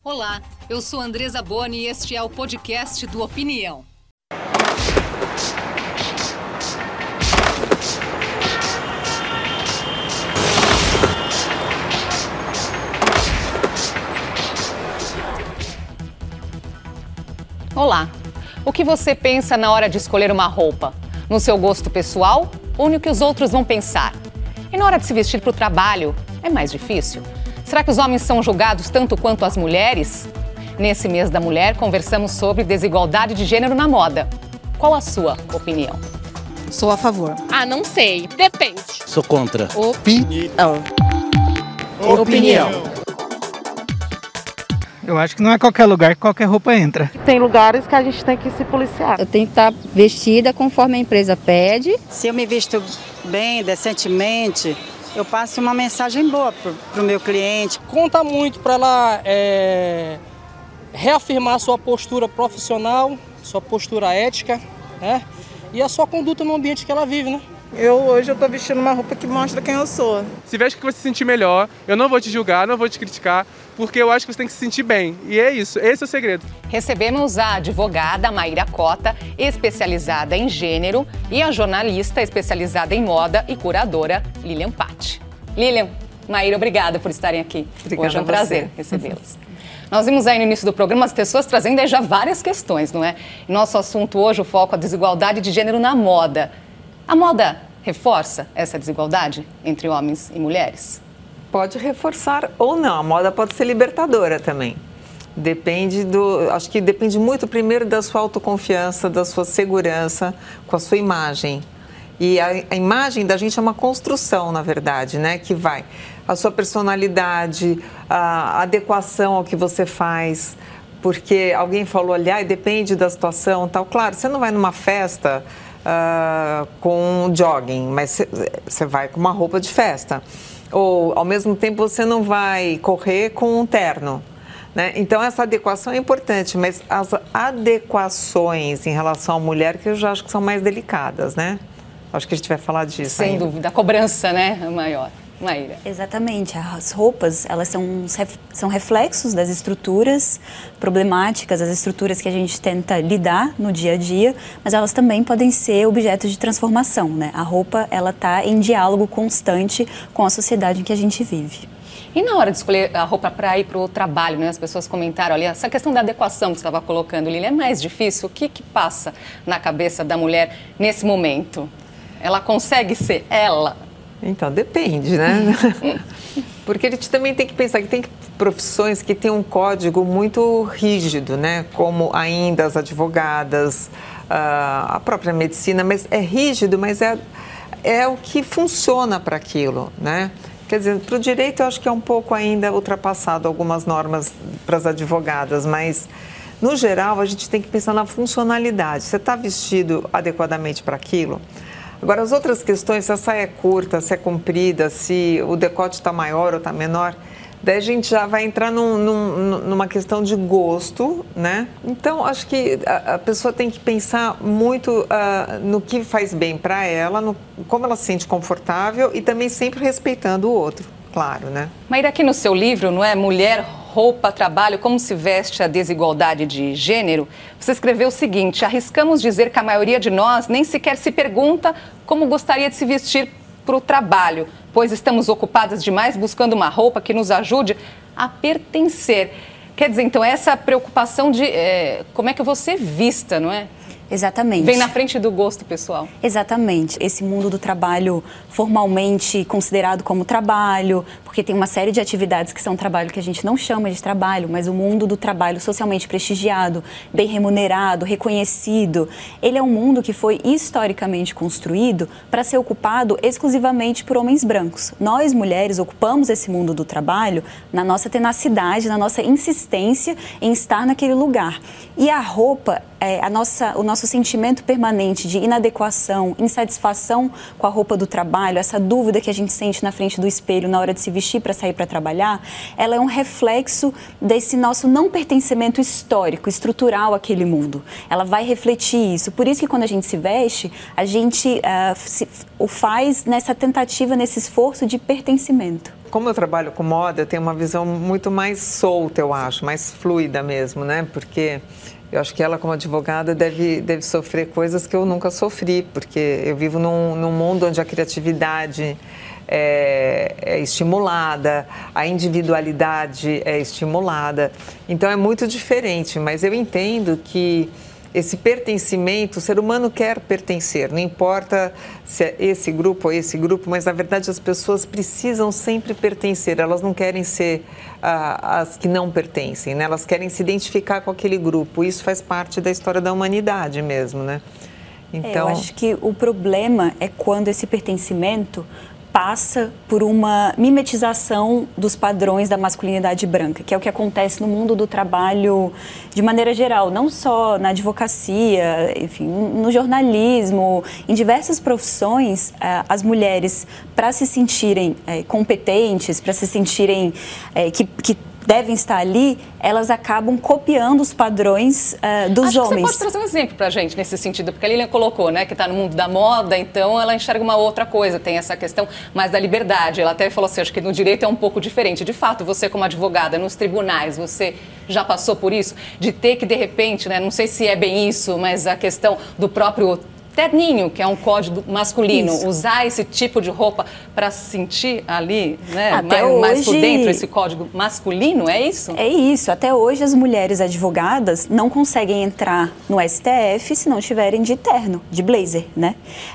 Olá, eu sou Andresa Boni e este é o podcast do Opinião. Olá, o que você pensa na hora de escolher uma roupa? No seu gosto pessoal ou no que os outros vão pensar? E na hora de se vestir para o trabalho, é mais difícil? Será que os homens são julgados tanto quanto as mulheres? Nesse mês da mulher, conversamos sobre desigualdade de gênero na moda. Qual a sua opinião? Sou a favor. Não sei. Depende. Sou contra. Opinião. Eu acho que não é qualquer lugar que qualquer roupa entra. Tem lugares que a gente tem que se policiar. Eu tenho que estar vestida conforme a empresa pede. Se eu me visto bem, decentemente, eu passo uma mensagem boa para o meu cliente. Conta muito para ela reafirmar sua postura profissional, sua postura ética, né? E a sua conduta no ambiente que ela vive, né? Hoje eu tô vestindo uma roupa que mostra quem eu sou. Se veste que você se sentir melhor, eu não vou te julgar, não vou te criticar, porque eu acho que você tem que se sentir bem. E é isso, esse é o segredo. Recebemos a advogada Maíra Cota, especializada em gênero, e a jornalista especializada em moda e curadora Lilian Patti. Lilian, Maíra, obrigada por estarem aqui. Obrigada. Hoje é um prazer recebê-las. Nós vimos aí no início do programa as pessoas trazendo aí já várias questões, não é? Nosso assunto hoje, o foco é a desigualdade de gênero na moda. A moda reforça essa desigualdade entre homens e mulheres? Pode reforçar ou não. A moda pode ser libertadora também. Acho que depende muito primeiro da sua autoconfiança, da sua segurança com a sua imagem. E a imagem da gente é uma construção, na verdade, né? Que vai a sua personalidade, a adequação ao que você faz. Porque alguém falou, aliás, depende da situação, tal. Claro, você não vai numa festa com jogging, mas você vai com uma roupa de festa. Ou, ao mesmo tempo, você não vai correr com um terno, né? Então, essa adequação é importante, mas as adequações em relação à mulher, que eu já acho que são mais delicadas, né? Acho que a gente vai falar disso. Sem dúvida, a cobrança, né, é maior. Maíra. Exatamente. As roupas, elas são reflexos das estruturas problemáticas, das estruturas que a gente tenta lidar no dia a dia, mas elas também podem ser objetos de transformação, né? A roupa, ela está em diálogo constante com a sociedade em que a gente vive. E na hora de escolher a roupa para ir para o trabalho, né? As pessoas comentaram ali, essa questão da adequação que você estava colocando, Lili, é mais difícil? O que passa na cabeça da mulher nesse momento? Ela consegue ser ela? Então, depende, né? Porque a gente também tem que pensar que tem profissões que têm um código muito rígido, né? Como ainda as advogadas, a própria medicina, mas é rígido, mas é o que funciona para aquilo, né? Quer dizer, para o direito eu acho que é um pouco ainda ultrapassado algumas normas para as advogadas, mas no geral a gente tem que pensar na funcionalidade. Você está vestido adequadamente para aquilo? Agora, as outras questões, se a saia é curta, se é comprida, se o decote está maior ou está menor, daí a gente já vai entrar numa questão de gosto, né? Então, acho que a pessoa tem que pensar muito no que faz bem para ela, como ela se sente confortável e também sempre respeitando o outro, claro, né? Maíra, aqui no seu livro, não é? Mulher, roupa, trabalho, como se veste a desigualdade de gênero, você escreveu o seguinte: arriscamos dizer que a maioria de nós nem sequer se pergunta como gostaria de se vestir para o trabalho, pois estamos ocupadas demais buscando uma roupa que nos ajude a pertencer. Quer dizer, então, essa preocupação de como é que você vista, não é? Exatamente. Vem na frente do gosto pessoal. Exatamente. Esse mundo do trabalho formalmente considerado como trabalho, porque tem uma série de atividades que são trabalho que a gente não chama de trabalho, mas o mundo do trabalho socialmente prestigiado, bem remunerado, reconhecido, ele é um mundo que foi historicamente construído para ser ocupado exclusivamente por homens brancos. Nós, mulheres, ocupamos esse mundo do trabalho na nossa tenacidade, na nossa insistência em estar naquele lugar. E a roupa, o nosso sentimento permanente de inadequação, insatisfação com a roupa do trabalho, essa dúvida que a gente sente na frente do espelho na hora de se vestir, vestir para sair para trabalhar, ela é um reflexo desse nosso não pertencimento histórico, estrutural àquele mundo. Ela vai refletir isso. Por isso que quando a gente se veste, a gente o faz nessa tentativa, nesse esforço de pertencimento. Como eu trabalho com moda, eu tenho uma visão muito mais solta, eu acho, mais fluida mesmo, né? Porque eu acho que ela, como advogada, deve sofrer coisas que eu nunca sofri, porque eu vivo num mundo onde a criatividade é estimulada, a individualidade é estimulada. Então é muito diferente, mas eu entendo que esse pertencimento, o ser humano quer pertencer, não importa se é esse grupo ou esse grupo, mas na verdade as pessoas precisam sempre pertencer, elas não querem ser as que não pertencem, né? Elas querem se identificar com aquele grupo, isso faz parte da história da humanidade mesmo, né? Então, eu acho que o problema é quando esse pertencimento passa por uma mimetização dos padrões da masculinidade branca, que é o que acontece no mundo do trabalho de maneira geral, não só na advocacia, enfim, no jornalismo, em diversas profissões, as mulheres, para se sentirem competentes, para se sentirem que devem estar ali, elas acabam copiando os padrões dos homens. Você pode trazer um exemplo para a gente nesse sentido, porque a Lilian colocou, né, que está no mundo da moda, então ela enxerga uma outra coisa, tem essa questão mais da liberdade. Ela até falou assim, acho que no direito é um pouco diferente. De fato, você como advogada, nos tribunais, você já passou por isso? De ter que, de repente, né, não sei se é bem isso, mas a questão do próprio terninho, que é um código masculino, usar esse tipo de roupa para se sentir ali, né, mais por dentro, esse código masculino, é isso? É isso. Até hoje as mulheres advogadas não conseguem entrar no STF se não estiverem de terno, de blazer, né?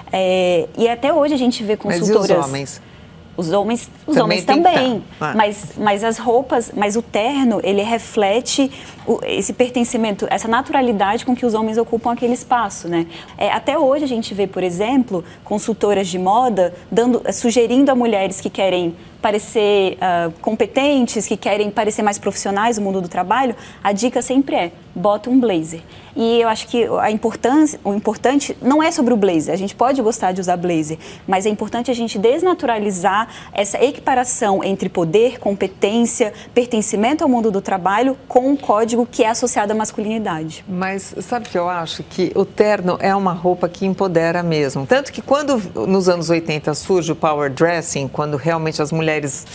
E até hoje a gente vê consultoras... Mas e os homens? Os homens também, mas as roupas, mas o terno, ele reflete esse pertencimento, essa naturalidade com que os homens ocupam aquele espaço, né? Até hoje a gente vê, por exemplo, consultoras de moda sugerindo a mulheres que querem parecer competentes, que querem parecer mais profissionais no mundo do trabalho, a dica sempre é, bota um blazer. E eu acho que o importante não é sobre o blazer, a gente pode gostar de usar blazer, mas é importante a gente desnaturalizar essa equiparação entre poder, competência, pertencimento ao mundo do trabalho com um código que é associado à masculinidade. Mas sabe o que eu acho? Que o terno é uma roupa que empodera mesmo. Tanto que quando nos anos 80 surge o power dressing, quando realmente as mulheres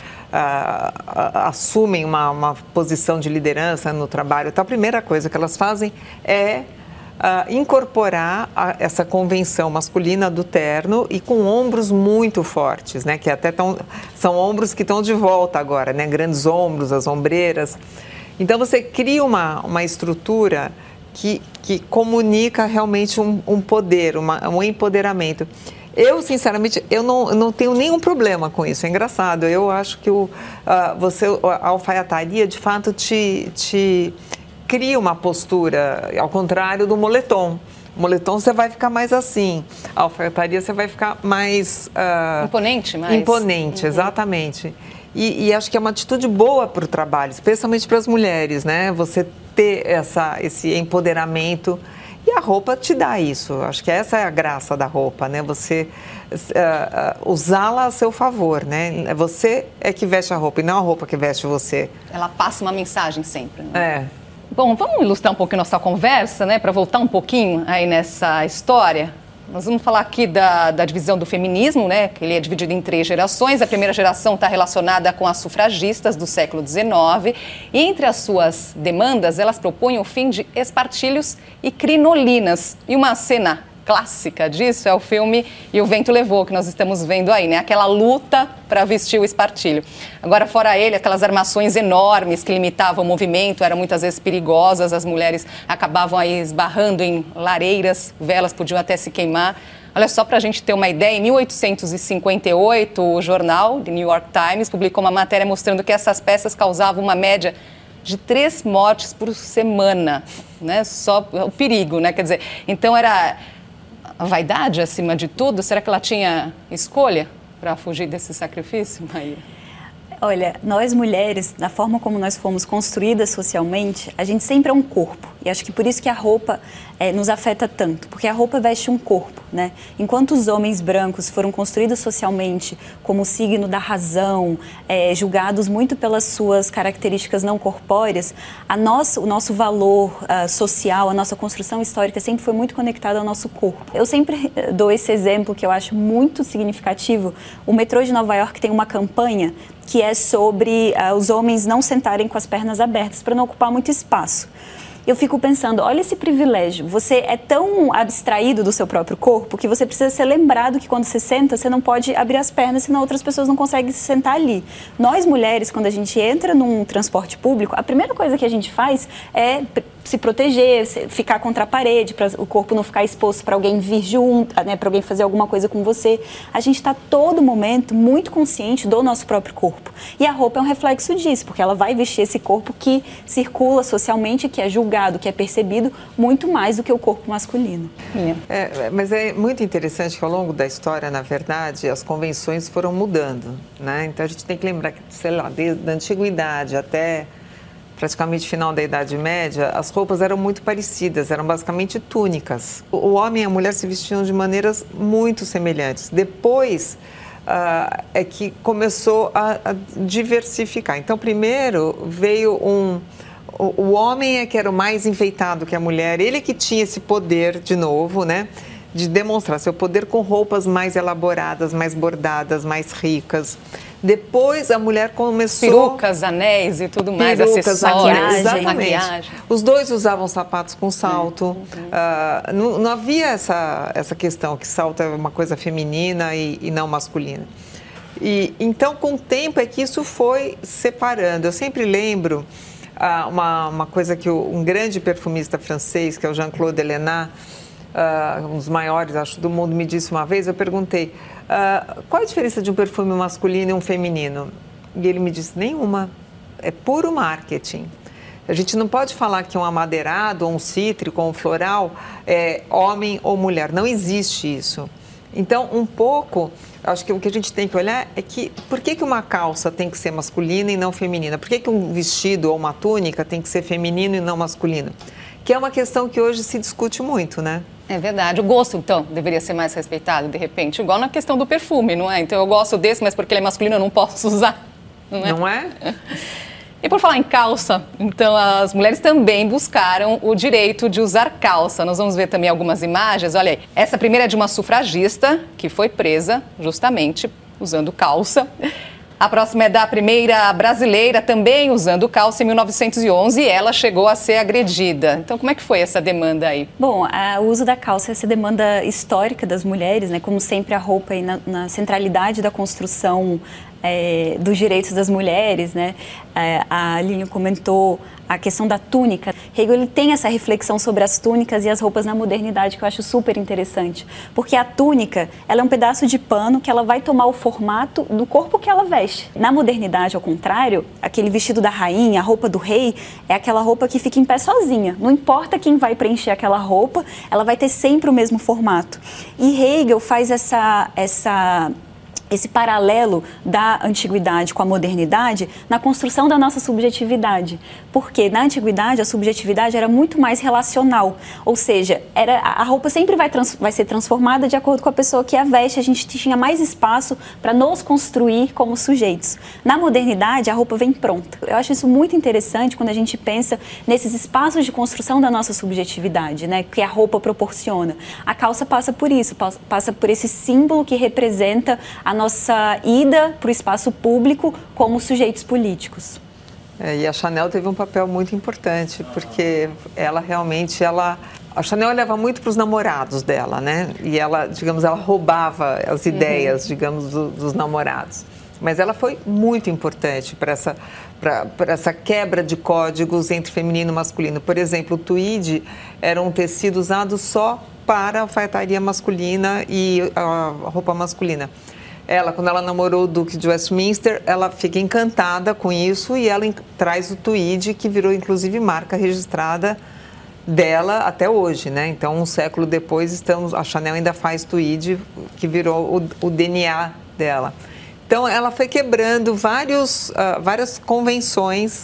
assumem uma posição de liderança no trabalho, então a primeira coisa que elas fazem é incorporar essa convenção masculina do terno e com ombros muito fortes, né? Que até são ombros que estão de volta agora, né? Grandes ombros, as ombreiras. Então você cria uma estrutura que comunica realmente um poder, um empoderamento. Eu, sinceramente, eu não tenho nenhum problema com isso, é engraçado. Eu acho que a alfaiataria, de fato, te cria uma postura, ao contrário do moletom. O moletom você vai ficar mais assim, a alfaiataria você vai ficar mais... imponente, mais... Imponente, exatamente. E acho que é uma atitude boa para o trabalho, especialmente para as mulheres, né? Você ter esse empoderamento... E a roupa te dá isso, acho que essa é a graça da roupa, né? Você usá-la a seu favor, né? Você é que veste a roupa e não a roupa que veste você. Ela passa uma mensagem sempre, né? Bom, vamos ilustrar um pouquinho nossa conversa, né? Para voltar um pouquinho aí nessa história. Nós vamos falar aqui da divisão do feminismo, né? Que ele é dividido em 3 gerações. A primeira geração está relacionada com as sufragistas do século XIX. E entre as suas demandas, elas propõem o fim de espartilhos e crinolinas. E uma cena clássica disso é o filme E o Vento Levou, que nós estamos vendo aí, né? Aquela luta para vestir o espartilho. Agora, fora ele, aquelas armações enormes que limitavam o movimento, eram muitas vezes perigosas, as mulheres acabavam aí esbarrando em lareiras, velas podiam até se queimar. Olha, só para a gente ter uma ideia, em 1858, o jornal The New York Times publicou uma matéria mostrando que essas peças causavam uma média de 3 mortes por semana, né? Só o perigo, né? Quer dizer, então era a vaidade acima de tudo. Será que ela tinha escolha para fugir desse sacrifício, Maíra? Olha, nós mulheres, da forma como nós fomos construídas socialmente, a gente sempre é um corpo. E acho que por isso que a roupa nos afeta tanto, porque a roupa veste um corpo, né? Enquanto os homens brancos foram construídos socialmente como o signo da razão, julgados muito pelas suas características não corpóreas, o nosso valor social, a nossa construção histórica sempre foi muito conectada ao nosso corpo. Eu sempre dou esse exemplo que eu acho muito significativo. O metrô de Nova York tem uma campanha que é sobre os homens não sentarem com as pernas abertas para não ocupar muito espaço. Eu fico pensando, olha esse privilégio, você é tão abstraído do seu próprio corpo que você precisa ser lembrado que quando você senta, você não pode abrir as pernas, senão outras pessoas não conseguem se sentar ali. Nós mulheres, quando a gente entra num transporte público, a primeira coisa que a gente faz é se proteger, ficar contra a parede, para o corpo não ficar exposto para alguém vir junto, né, para alguém fazer alguma coisa com você. A gente está todo momento muito consciente do nosso próprio corpo. E a roupa é um reflexo disso, porque ela vai vestir esse corpo que circula socialmente, que é julgado, que é percebido muito mais do que o corpo masculino. Mas é muito interessante que ao longo da história, na verdade, as convenções foram mudando, né? Então a gente tem que lembrar que, sei lá, desde a antiguidade até praticamente final da Idade Média, as roupas eram muito parecidas, eram basicamente túnicas. O homem e a mulher se vestiam de maneiras muito semelhantes. Depois é que começou a diversificar. Então, primeiro veio o homem é que era o mais enfeitado que a mulher, ele que tinha esse poder, de novo, né, de demonstrar seu poder com roupas mais elaboradas, mais bordadas, mais ricas. Depois a mulher começou... Perucas, anéis e tudo mais, acessórios, maquiagem. Os dois usavam sapatos com salto. Não havia essa questão que salto é uma coisa feminina e não masculina. Então, com o tempo é que isso foi separando. Eu sempre lembro uma coisa que um grande perfumista francês, que é o Jean-Claude Ellena, um dos maiores, acho, do mundo, me disse uma vez, eu perguntei, qual a diferença de um perfume masculino e um feminino? E ele me disse, nenhuma, é puro marketing. A gente não pode falar que um amadeirado, ou um cítrico, ou um floral é homem ou mulher, não existe isso. Então, um pouco, acho que o que a gente tem que olhar é que, por que uma calça tem que ser masculina e não feminina? Por que um vestido ou uma túnica tem que ser feminino e não masculino? Que é uma questão que hoje se discute muito, né? É verdade. O gosto, então, deveria ser mais respeitado, de repente. Igual na questão do perfume, não é? Então, eu gosto desse, mas porque ele é masculino eu não posso usar, não é? Não é? E por falar em calça, então, as mulheres também buscaram o direito de usar calça. Nós vamos ver também algumas imagens. Olha aí, essa primeira é de uma sufragista que foi presa justamente usando calça. A próxima é da primeira brasileira, também usando calça, em 1911, e ela chegou a ser agredida. Então, como é que foi essa demanda aí? Bom, o uso da calça é essa demanda histórica das mulheres, né? Como sempre, a roupa aí na centralidade da construção dos direitos das mulheres, né? A Lilian comentou a questão da túnica. Hegel, ele tem essa reflexão sobre as túnicas e as roupas na modernidade que eu acho super interessante, porque a túnica, ela é um pedaço de pano que ela vai tomar o formato do corpo que ela veste. Na modernidade, ao contrário, aquele vestido da rainha, a roupa do rei, é aquela roupa que fica em pé sozinha. Não importa quem vai preencher aquela roupa, ela vai ter sempre o mesmo formato. E Hegel faz esse paralelo da antiguidade com a modernidade na construção da nossa subjetividade. Porque na antiguidade a subjetividade era muito mais relacional, ou seja, a roupa sempre vai ser transformada de acordo com a pessoa que a veste, a gente tinha mais espaço para nos construir como sujeitos. Na modernidade a roupa vem pronta. Eu acho isso muito interessante quando a gente pensa nesses espaços de construção da nossa subjetividade, né, que a roupa proporciona. A calça passa por isso, passa por esse símbolo que representa a nossa ida para o espaço público como sujeitos políticos. E a Chanel teve um papel muito importante, porque ela a Chanel olhava muito para os namorados dela, né? E ela, digamos, ela roubava as ideias, digamos, dos namorados. Mas ela foi muito importante para essa quebra de códigos entre feminino e masculino. Por exemplo, o tweed era um tecido usado só para a alfaiataria masculina e a roupa masculina. Quando ela namorou o Duque de Westminster, ela fica encantada com isso e ela traz o tweed, que virou inclusive marca registrada dela até hoje, né? Então, um século depois, a Chanel ainda faz tweed, que virou o DNA dela. Então, ela foi quebrando várias convenções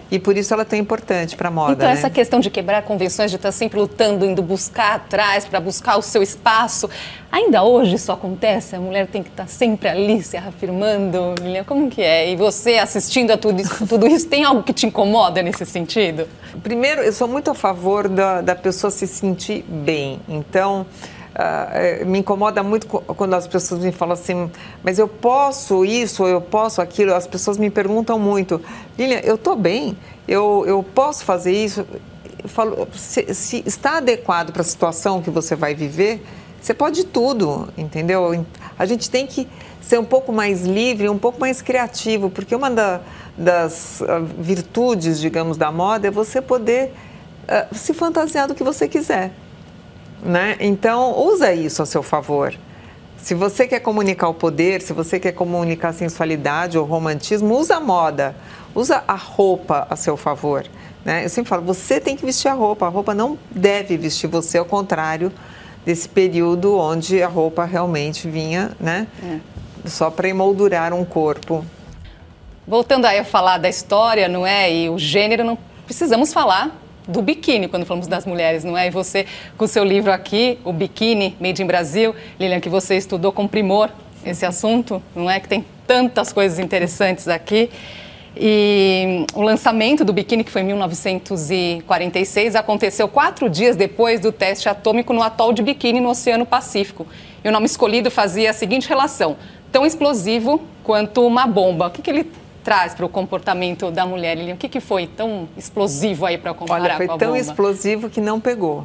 E por isso ela é tão importante para a moda. Então, né? essa questão de quebrar convenções, de estar sempre lutando, indo buscar atrás, para buscar o seu espaço, ainda hoje isso acontece? A mulher tem que estar sempre ali, se reafirmando, Lilian, como que é? E você assistindo a tudo isso, tem algo que te incomoda nesse sentido? Primeiro, eu sou muito a favor da pessoa se sentir bem. Então, me incomoda muito quando as pessoas me falam assim, mas eu posso isso, eu posso aquilo. As pessoas me perguntam muito, Lilian, eu estou bem, eu posso fazer isso? Eu falo, se está adequado para a situação que você vai viver, você pode tudo, entendeu? A gente tem que ser um pouco mais livre, um pouco mais criativo, porque uma das virtudes, digamos, da moda é você poder se fantasiar do que você quiser. Né? Então, usa isso a seu favor. Se você quer comunicar o poder, se você quer comunicar a sensualidade ou romantismo, usa a moda, usa a roupa a seu favor. Né? Eu sempre falo, você tem que vestir a roupa não deve vestir você, ao contrário desse período onde a roupa realmente vinha, né? Só para emoldurar um corpo. Voltando aí a falar da história, não é? E o gênero, não precisamos falar do biquíni, quando falamos das mulheres, não é? E você, com o seu livro aqui, o Biquíni Made in Brasil, Lilian, que você estudou com primor esse assunto, não é? Que tem tantas coisas interessantes aqui. E o lançamento do biquíni, que foi em 1946, aconteceu 4 dias depois do teste atômico no atol de Bikini, no Oceano Pacífico. E o nome escolhido fazia a seguinte relação, tão explosivo quanto uma bomba. O que ele traz para o comportamento da mulher, Lilian? O que foi tão explosivo aí para comparar com a bomba? Olha, foi tão explosivo que não pegou.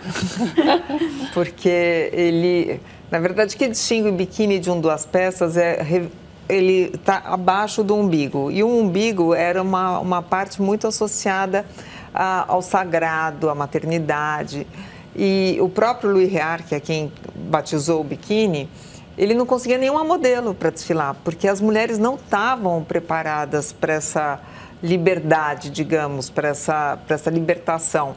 Porque ele... Na verdade, o que distingue o biquíni de duas peças ele está abaixo do umbigo. E o umbigo era uma parte muito associada ao sagrado, à maternidade. E o próprio Louis Réard, que é quem batizou o biquíni, ele não conseguia nenhuma modelo para desfilar, porque as mulheres não estavam preparadas para essa liberdade, digamos, para essa libertação.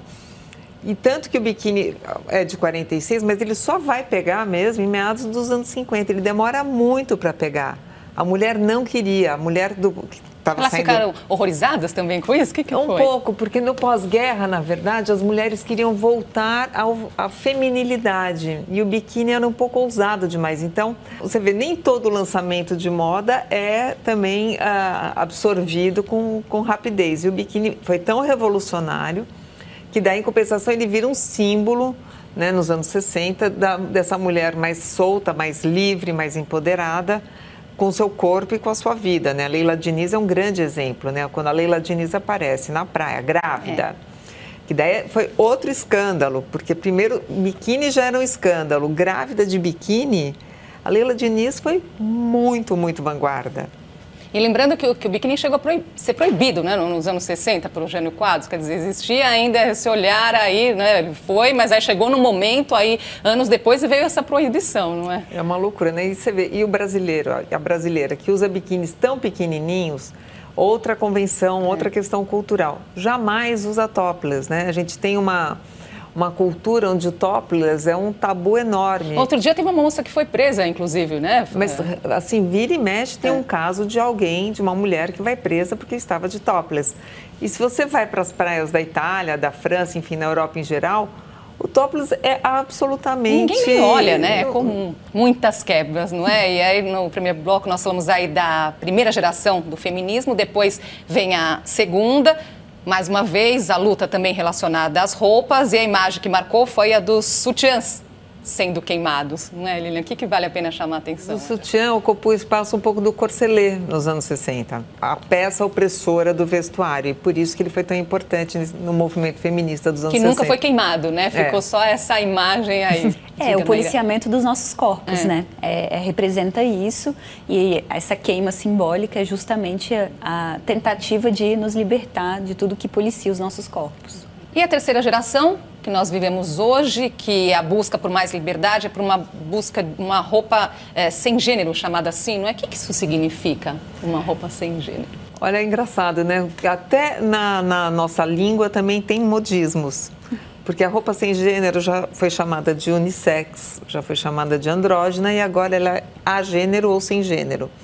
E tanto que o biquíni é de 46, mas ele só vai pegar mesmo em meados dos anos 50. Ele demora muito para pegar. A mulher não queria, a mulher que estava Elas saindo... ficaram horrorizadas também com isso? O que foi? Um pouco, porque no pós-guerra, na verdade, as mulheres queriam voltar à feminilidade. E o biquíni era um pouco ousado demais. Então, você vê, nem todo lançamento de moda é também absorvido com rapidez. E o biquíni foi tão revolucionário que daí, em compensação, ele vira um símbolo, né, nos anos 60, dessa mulher mais solta, mais livre, mais empoderada, com o seu corpo e com a sua vida, né? A Leila Diniz é um grande exemplo, né? Quando a Leila Diniz aparece na praia, grávida, que daí foi outro escândalo, porque primeiro, biquíni já era um escândalo, grávida de biquíni, a Leila Diniz foi muito, muito vanguarda. E lembrando que o biquíni chegou a ser proibido, né, nos anos 60 pelo Jânio Quadros, quer dizer, existia ainda esse olhar aí, né, mas aí chegou no momento, aí anos depois veio essa proibição, não é? É uma loucura, né? E você vê, e o brasileiro, a brasileira que usa biquínis tão pequenininhos, outra convenção, outra questão cultural, jamais usa topless, né? A gente tem uma cultura onde o topless é um tabu enorme. Outro dia teve uma moça que foi presa, inclusive, né? Mas, assim, vira e mexe, tem um caso de alguém, de uma mulher que vai presa porque estava de topless. E se você vai para as praias da Itália, da França, enfim, na Europa em geral, o topless é absolutamente... Ninguém nem olha, né? É comum. Muitas quebras, não é? E aí, no primeiro bloco, nós falamos aí da primeira geração do feminismo, depois vem a segunda... Mais uma vez, a luta também relacionada às roupas e a imagem que marcou foi a dos sutiãs sendo queimados, não é, Lilian? O que vale a pena chamar a atenção? O sutiã ocupou o espaço um pouco do corselet nos anos 60, a peça opressora do vestuário, e por isso que ele foi tão importante no movimento feminista dos anos 60. Que nunca foi queimado, né? Ficou só essa imagem aí. O policiamento dos nossos corpos, né? Representa isso, e essa queima simbólica é justamente a tentativa de nos libertar de tudo que policia os nossos corpos. E a terceira geração, que nós vivemos hoje, que a busca por mais liberdade é por uma busca de uma roupa sem gênero, chamada assim, não é? O que isso significa, uma roupa sem gênero? Olha, é engraçado, né? Até na nossa língua também tem modismos. Porque a roupa sem gênero já foi chamada de unissex, já foi chamada de andrógina e agora ela é agênero ou sem gênero.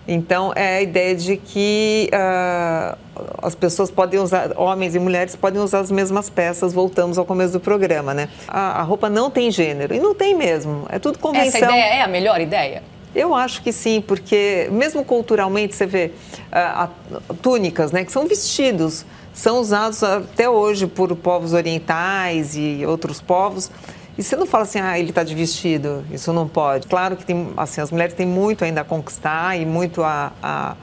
Então, é a ideia de que as pessoas podem usar, homens e mulheres podem usar as mesmas peças, voltamos ao começo do programa, né? A roupa não tem gênero, e não tem mesmo, é tudo convenção. Essa ideia é a melhor ideia? Eu acho que sim, porque mesmo culturalmente você vê túnicas, né, que são vestidos, são usados até hoje por povos orientais e outros povos. E você não fala assim, ele está de vestido, isso não pode. Claro que tem, assim, as mulheres têm muito ainda a conquistar e muito a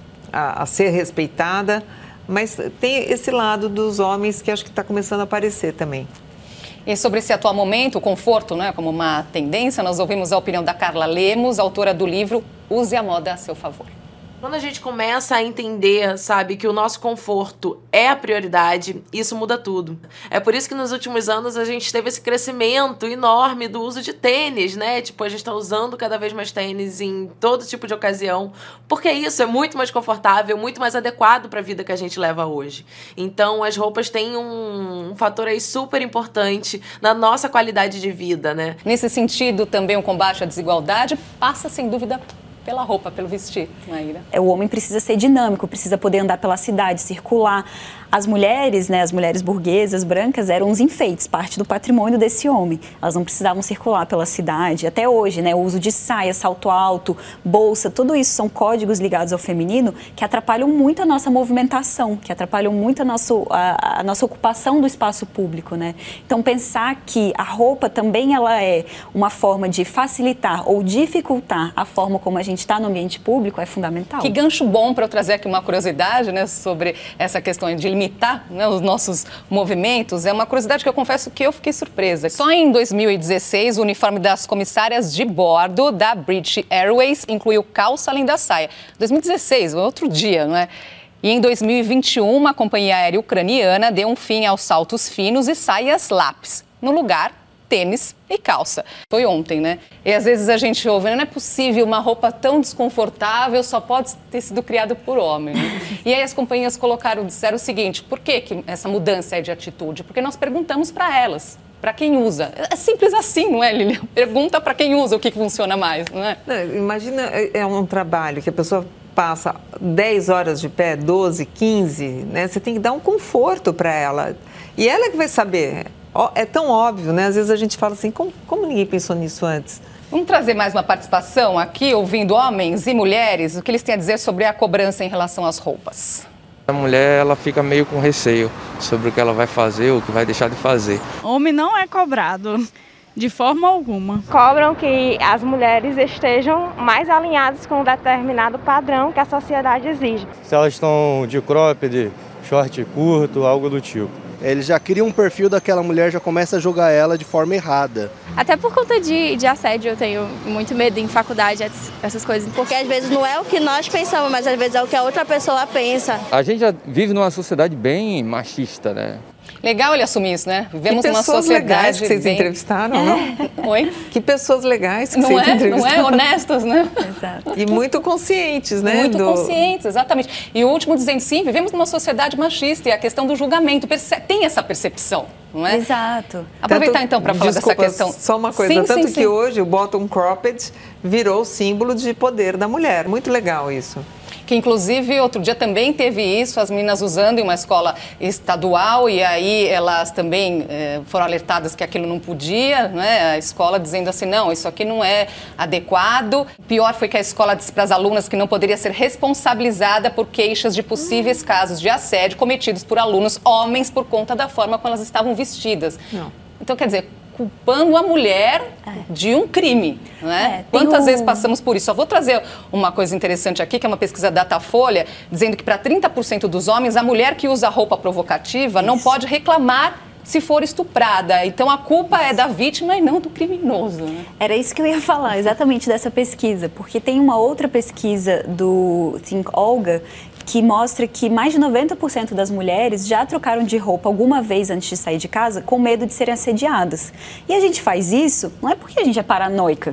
ser respeitada, mas tem esse lado dos homens que acho que está começando a aparecer também. E sobre esse atual momento, o conforto, né, como uma tendência, nós ouvimos a opinião da Carla Lemos, autora do livro Use a Moda a Seu Favor. Quando a gente começa a entender, sabe, que o nosso conforto é a prioridade, isso muda tudo. É por isso que nos últimos anos a gente teve esse crescimento enorme do uso de tênis, né? Tipo, a gente tá usando cada vez mais tênis em todo tipo de ocasião, porque isso é muito mais confortável, muito mais adequado para a vida que a gente leva hoje. Então, as roupas têm um fator aí super importante na nossa qualidade de vida, né? Nesse sentido, também o combate à desigualdade passa, sem dúvida, pela roupa, pelo vestir, Maíra. O homem precisa ser dinâmico, precisa poder andar pela cidade, circular. As mulheres, né, as mulheres burguesas, brancas, eram os enfeites, parte do patrimônio desse homem. Elas não precisavam circular pela cidade. Até hoje, né, o uso de saia, salto alto, bolsa, tudo isso são códigos ligados ao feminino que atrapalham muito a nossa movimentação, que atrapalham muito a nossa ocupação do espaço público, né? Então, pensar que a roupa também ela é uma forma de facilitar ou dificultar a forma como a gente está no ambiente público é fundamental. Que gancho bom para eu trazer aqui uma curiosidade, né, sobre essa questão de limitar, né, os nossos movimentos. É uma curiosidade que eu confesso que eu fiquei surpresa. Só em 2016, o uniforme das comissárias de bordo da British Airways incluiu calça além da saia. 2016, outro dia, não é? E em 2021, a companhia aérea ucraniana deu um fim aos saltos finos e saias lápis. No lugar, tênis e calça. Foi ontem, né? E às vezes a gente ouve, não é possível, uma roupa tão desconfortável só pode ter sido criada por homem. Né? E aí as companhias disseram o seguinte, por que essa mudança é de atitude? Porque nós perguntamos para elas, para quem usa. É simples assim, não é, Lilian? Pergunta para quem usa o que funciona mais, não é? Não, imagina, é um trabalho que a pessoa passa 10 horas de pé, 12, 15, né? Você tem que dar um conforto para ela. E ela é que vai saber. É tão óbvio, né? Às vezes a gente fala assim, como ninguém pensou nisso antes? Vamos trazer mais uma participação aqui, ouvindo homens e mulheres, o que eles têm a dizer sobre a cobrança em relação às roupas. A mulher, ela fica meio com receio sobre o que ela vai fazer ou o que vai deixar de fazer. Homem não é cobrado, de forma alguma. Cobram que as mulheres estejam mais alinhadas com um determinado padrão que a sociedade exige. Se elas estão de cropped, short curto, algo do tipo. Eles já criam um perfil daquela mulher, já começa a julgar ela de forma errada. Até por conta de assédio, eu tenho muito medo em faculdade, essas coisas. Porque às vezes não é o que nós pensamos, mas às vezes é o que a outra pessoa pensa. A gente já vive numa sociedade bem machista, né? Legal ele assumir isso, né? Vivemos numa sociedade legais que vocês bem... entrevistaram, não? Oi? Que pessoas legais que não vocês entrevistaram. Não é? Honestas, né? Exato. E muito conscientes, né? Muito conscientes, exatamente. E o último dizendo, sim, vivemos numa sociedade machista e a questão do julgamento tem essa percepção, não é? Exato. Aproveitar então para falar dessa questão. Só uma coisa, tanto que hoje o bottom cropped virou símbolo de poder da mulher. Muito legal isso. Que inclusive outro dia também teve isso, as meninas usando em uma escola estadual e aí elas também foram alertadas que aquilo não podia, né? A escola dizendo assim, não, isso aqui não é adequado. O pior foi que a escola disse para as alunas que não poderia ser responsabilizada por queixas de possíveis casos de assédio cometidos por alunos homens por conta da forma como elas estavam vestidas. Não. Então, quer dizer, culpando a mulher de um crime, né? Quantas vezes passamos por isso? Só vou trazer uma coisa interessante aqui, que é uma pesquisa da Datafolha, dizendo que para 30% dos homens, a mulher que usa roupa provocativa não pode reclamar se for estuprada. Então, a culpa é da vítima e não do criminoso, né? Era isso que eu ia falar, exatamente dessa pesquisa, porque tem uma outra pesquisa do Think Olga que mostra que mais de 90% das mulheres já trocaram de roupa alguma vez antes de sair de casa com medo de serem assediadas. E a gente faz isso não é porque a gente é paranoica, é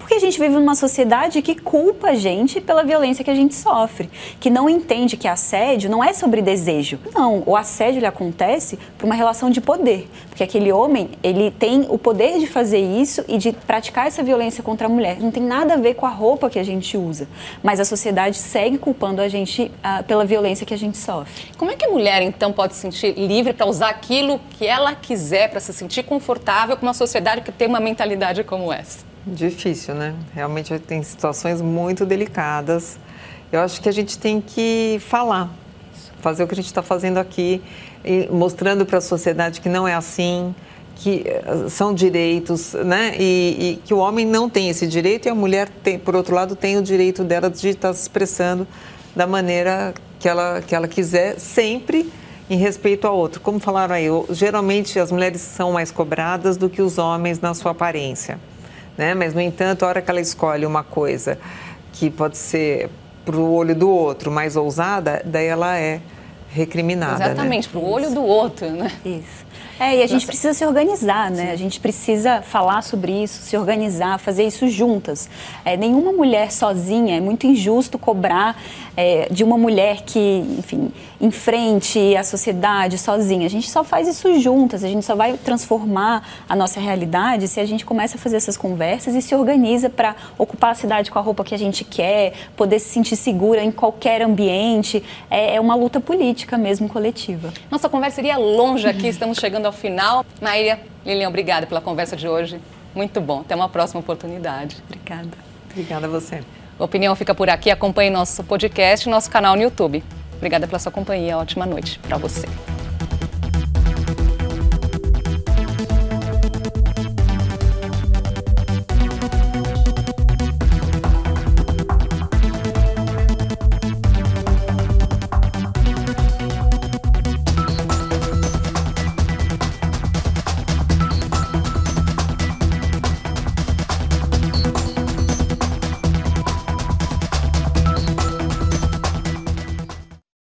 Porque a gente vive numa sociedade que culpa a gente pela violência que a gente sofre, que não entende que assédio não é sobre desejo. Não, o assédio ele acontece por uma relação de poder, porque aquele homem, ele tem o poder de fazer isso e de praticar essa violência contra a mulher. Não tem nada a ver com a roupa que a gente usa, mas a sociedade segue culpando a gente pela violência que a gente sofre. Como é que a mulher, então, pode se sentir livre para usar aquilo que ela quiser, para se sentir confortável com uma sociedade que tem uma mentalidade como essa? Difícil, né? Realmente tem situações muito delicadas. Eu acho que a gente tem que falar, fazer o que a gente está fazendo aqui, mostrando para a sociedade que não é assim, que são direitos, né? E que o homem não tem esse direito e a mulher, tem, por outro lado, tem o direito dela de estar se expressando da maneira que ela quiser, sempre em respeito ao outro. Como falaram aí, geralmente as mulheres são mais cobradas do que os homens na sua aparência, né? Mas, no entanto, a hora que ela escolhe uma coisa que pode ser para o olho do outro mais ousada, daí ela é recriminada. Exatamente, né? Para o olho do outro, né? Isso. E a gente precisa se organizar, né? Sim. A gente precisa falar sobre isso, se organizar, fazer isso juntas. Nenhuma mulher sozinha, é muito injusto cobrar de uma mulher que, enfim, enfrente a sociedade sozinha. A gente só faz isso juntas, a gente só vai transformar a nossa realidade se a gente começa a fazer essas conversas e se organiza para ocupar a cidade com a roupa que a gente quer, poder se sentir segura em qualquer ambiente. É uma luta política mesmo, coletiva. Nossa conversa iria longe aqui, estamos chegando ao final. Maíra, Lilian, obrigada pela conversa de hoje. Muito bom. Até uma próxima oportunidade. Obrigada. Obrigada a você. A Opinião fica por aqui. Acompanhe nosso podcast e nosso canal no YouTube. Obrigada pela sua companhia. Ótima noite para você.